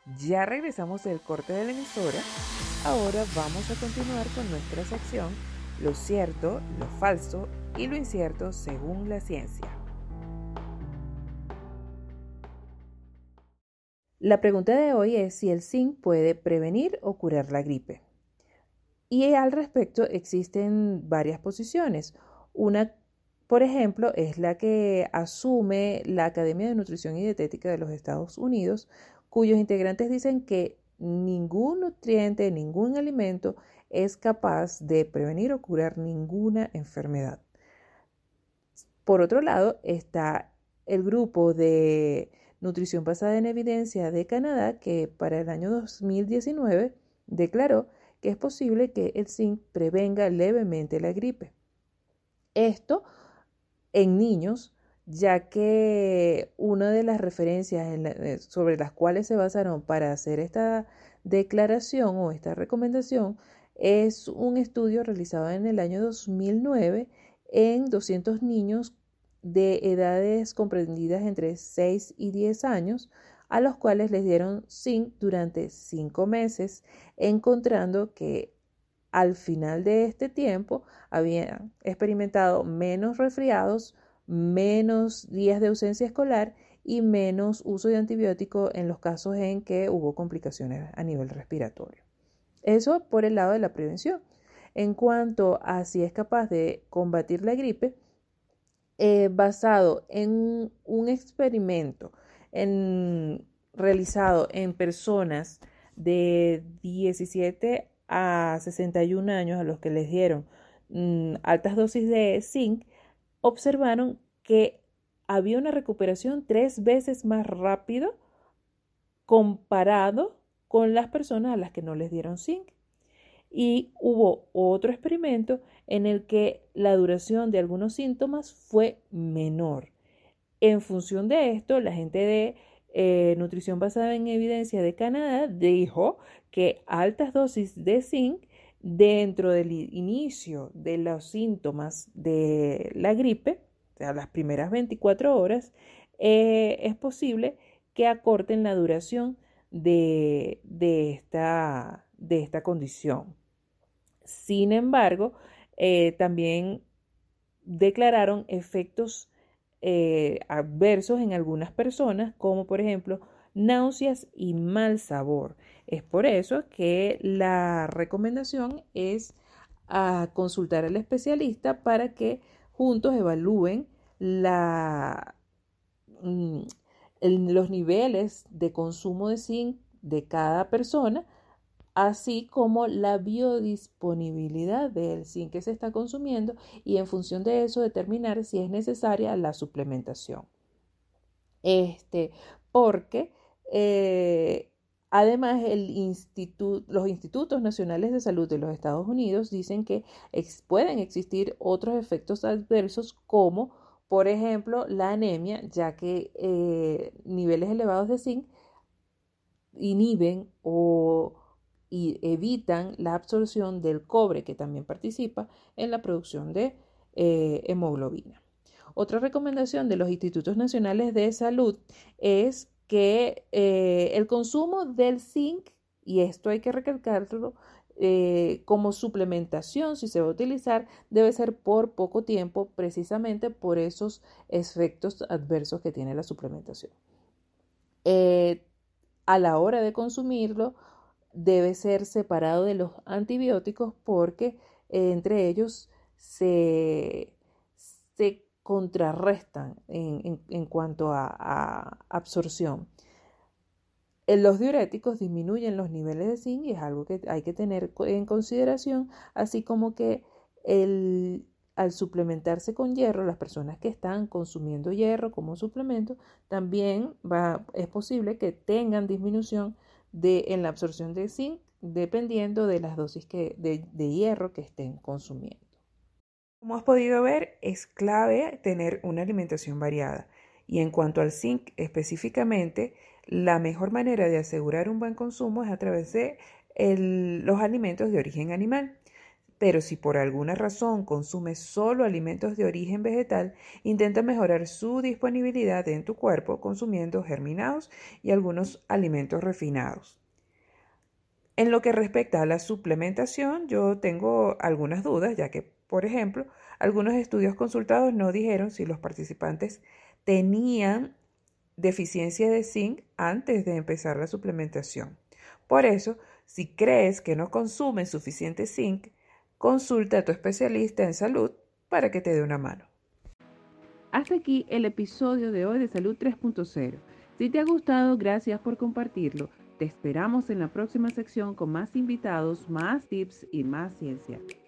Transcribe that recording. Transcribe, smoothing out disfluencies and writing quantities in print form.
Ya regresamos del corte de la emisora. Ahora vamos a continuar con nuestra sección Lo cierto, lo falso y lo incierto según la ciencia. La pregunta de hoy es si el zinc puede prevenir o curar la gripe. Y al respecto existen varias posiciones. Una, por ejemplo, es la que asume la Academia de Nutrición y Dietética de los Estados Unidos, cuyos integrantes dicen que ningún nutriente, ningún alimento es capaz de prevenir o curar ninguna enfermedad. Por otro lado, está el grupo de nutrición basada en evidencia de Canadá, que para el año 2019 declaró que es posible que el zinc prevenga levemente la gripe. Esto en niños, ya que una de las referencias sobre las cuales se basaron para hacer esta declaración o esta recomendación es un estudio realizado en el año 2009 en 200 niños de edades comprendidas entre 6 y 10 años, a los cuales les dieron zinc durante 5 meses, encontrando que al final de este tiempo habían experimentado menos resfriados, menos días de ausencia escolar y menos uso de antibióticos en los casos en que hubo complicaciones a nivel respiratorio. Eso por el lado de la prevención. En cuanto a si es capaz de combatir la gripe, basado en un experimento realizado en personas de 17 a 61 años a los que les dieron altas dosis de zinc, observaron que había una recuperación 3 veces más rápido comparado con las personas a las que no les dieron zinc. Y hubo otro experimento en el que la duración de algunos síntomas fue menor. En función de esto, la gente de Nutrición Basada en Evidencia de Canadá dijo que altas dosis de zinc dentro del inicio de los síntomas de la gripe, o sea, las primeras 24 horas, es posible que acorten la duración de esta condición. Sin embargo, también declararon efectos adversos en algunas personas, como por ejemplo náuseas y mal sabor. Es por eso que la recomendación es consultar al especialista para que juntos evalúen los niveles de consumo de zinc de cada persona, así como la biodisponibilidad del zinc que se está consumiendo y en función de eso determinar si es necesaria la suplementación. Porque además los institutos nacionales de salud de los Estados Unidos dicen que pueden existir otros efectos adversos como por ejemplo la anemia, ya que niveles elevados de zinc inhiben y evitan la absorción del cobre, que también participa en la producción de hemoglobina. Otra recomendación de los institutos nacionales de salud es que el consumo del zinc, y esto hay que recalcarlo, como suplementación, si se va a utilizar, debe ser por poco tiempo, precisamente por esos efectos adversos que tiene la suplementación. A la hora de consumirlo, debe ser separado de los antibióticos porque entre ellos se contrarrestan en cuanto a absorción. Los diuréticos disminuyen los niveles de zinc y es algo que hay que tener en consideración, así como que al suplementarse con hierro, las personas que están consumiendo hierro como suplemento, también es posible que tengan disminución en la absorción de zinc dependiendo de las dosis de hierro que estén consumiendo. Como has podido ver, es clave tener una alimentación variada. Y en cuanto al zinc específicamente, la mejor manera de asegurar un buen consumo es a través de los alimentos de origen animal. Pero si por alguna razón consumes solo alimentos de origen vegetal, intenta mejorar su disponibilidad en tu cuerpo consumiendo germinados y algunos alimentos refinados. En lo que respecta a la suplementación, yo tengo algunas dudas, ya que, por ejemplo, algunos estudios consultados no dijeron si los participantes tenían deficiencia de zinc antes de empezar la suplementación. Por eso, si crees que no consumen suficiente zinc, consulta a tu especialista en salud para que te dé una mano. Hasta aquí el episodio de hoy de Salud 3.0. Si te ha gustado, gracias por compartirlo. Te esperamos en la próxima sección con más invitados, más tips y más ciencia.